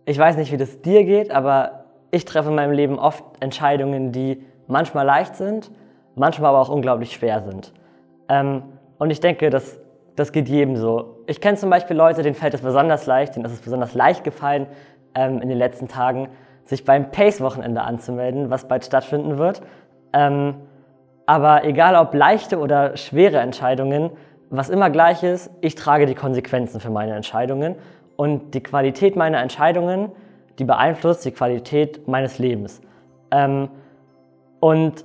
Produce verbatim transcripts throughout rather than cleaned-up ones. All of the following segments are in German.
Ich weiß nicht, wie das dir geht, aber ich treffe in meinem Leben oft Entscheidungen, die manchmal leicht sind, manchmal aber auch unglaublich schwer sind. Ähm, und ich denke, das, das geht jedem so. Ich kenne zum Beispiel Leute, denen fällt es besonders leicht, denen ist es besonders leicht gefallen, ähm, in den letzten Tagen sich beim Pace-Wochenende anzumelden, was bald stattfinden wird. Ähm, aber egal ob leichte oder schwere Entscheidungen, was immer gleich ist, ich trage die Konsequenzen für meine Entscheidungen. Und die Qualität meiner Entscheidungen, die beeinflusst die Qualität meines Lebens. Ähm, und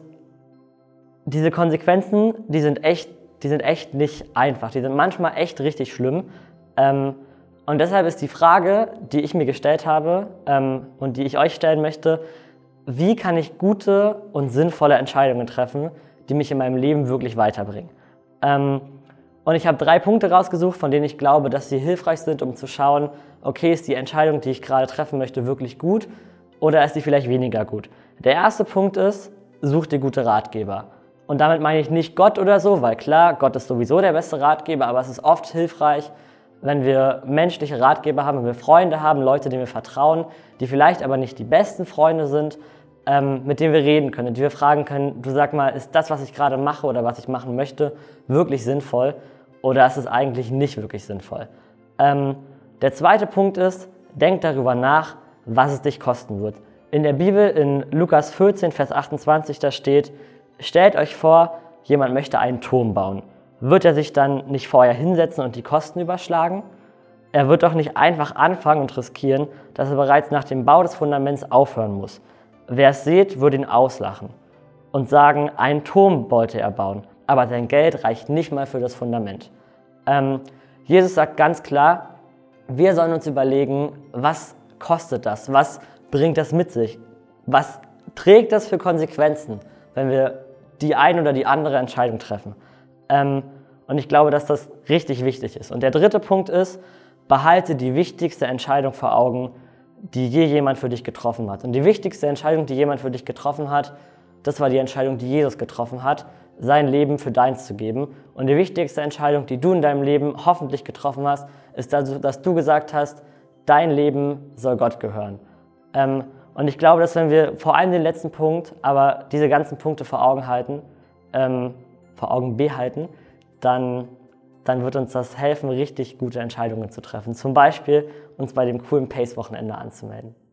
diese Konsequenzen, die sind echt, die sind echt nicht einfach. Die sind manchmal echt richtig schlimm. Ähm, und deshalb ist die Frage, die ich mir gestellt habe ähm, und die ich euch stellen möchte, wie kann ich gute und sinnvolle Entscheidungen treffen, die mich in meinem Leben wirklich weiterbringen? Ähm, Und ich habe drei Punkte rausgesucht, von denen ich glaube, dass sie hilfreich sind, um zu schauen, okay, ist die Entscheidung, die ich gerade treffen möchte, wirklich gut oder ist sie vielleicht weniger gut? Der erste Punkt ist, such dir gute Ratgeber. Und damit meine ich nicht Gott oder so, weil klar, Gott ist sowieso der beste Ratgeber, aber es ist oft hilfreich, wenn wir menschliche Ratgeber haben, wenn wir Freunde haben, Leute, denen wir vertrauen, die vielleicht aber nicht die besten Freunde sind, ähm, mit denen wir reden können, die wir fragen können, du sag mal, ist das, was ich gerade mache oder was ich machen möchte, wirklich sinnvoll? Oder ist es eigentlich nicht wirklich sinnvoll? Ähm, der zweite Punkt ist, denk darüber nach, was es dich kosten wird. In der Bibel, in Lukas vierzehn, Vers achtundzwanzig, da steht, stellt euch vor, jemand möchte einen Turm bauen. Wird er sich dann nicht vorher hinsetzen und die Kosten überschlagen? Er wird doch nicht einfach anfangen und riskieren, dass er bereits nach dem Bau des Fundaments aufhören muss. Wer es sieht, würde ihn auslachen und sagen, einen Turm wollte er bauen. Aber sein Geld reicht nicht mal für das Fundament. Ähm, Jesus sagt ganz klar, wir sollen uns überlegen, was kostet das? Was bringt das mit sich? Was trägt das für Konsequenzen, wenn wir die eine oder die andere Entscheidung treffen? Ähm, und ich glaube, dass das richtig wichtig ist. Und der dritte Punkt ist, behalte die wichtigste Entscheidung vor Augen, die je jemand für dich getroffen hat. Und die wichtigste Entscheidung, die jemand für dich getroffen hat, das war die Entscheidung, die Jesus getroffen hat, sein Leben für deins zu geben. Und die wichtigste Entscheidung, die du in deinem Leben hoffentlich getroffen hast, ist, dass du gesagt hast, dein Leben soll Gott gehören. Ähm, und ich glaube, dass wenn wir vor allem den letzten Punkt, aber diese ganzen Punkte vor Augen halten, ähm, vor Augen behalten, dann, dann wird uns das helfen, richtig gute Entscheidungen zu treffen. Zum Beispiel uns bei dem coolen Pace-Wochenende anzumelden.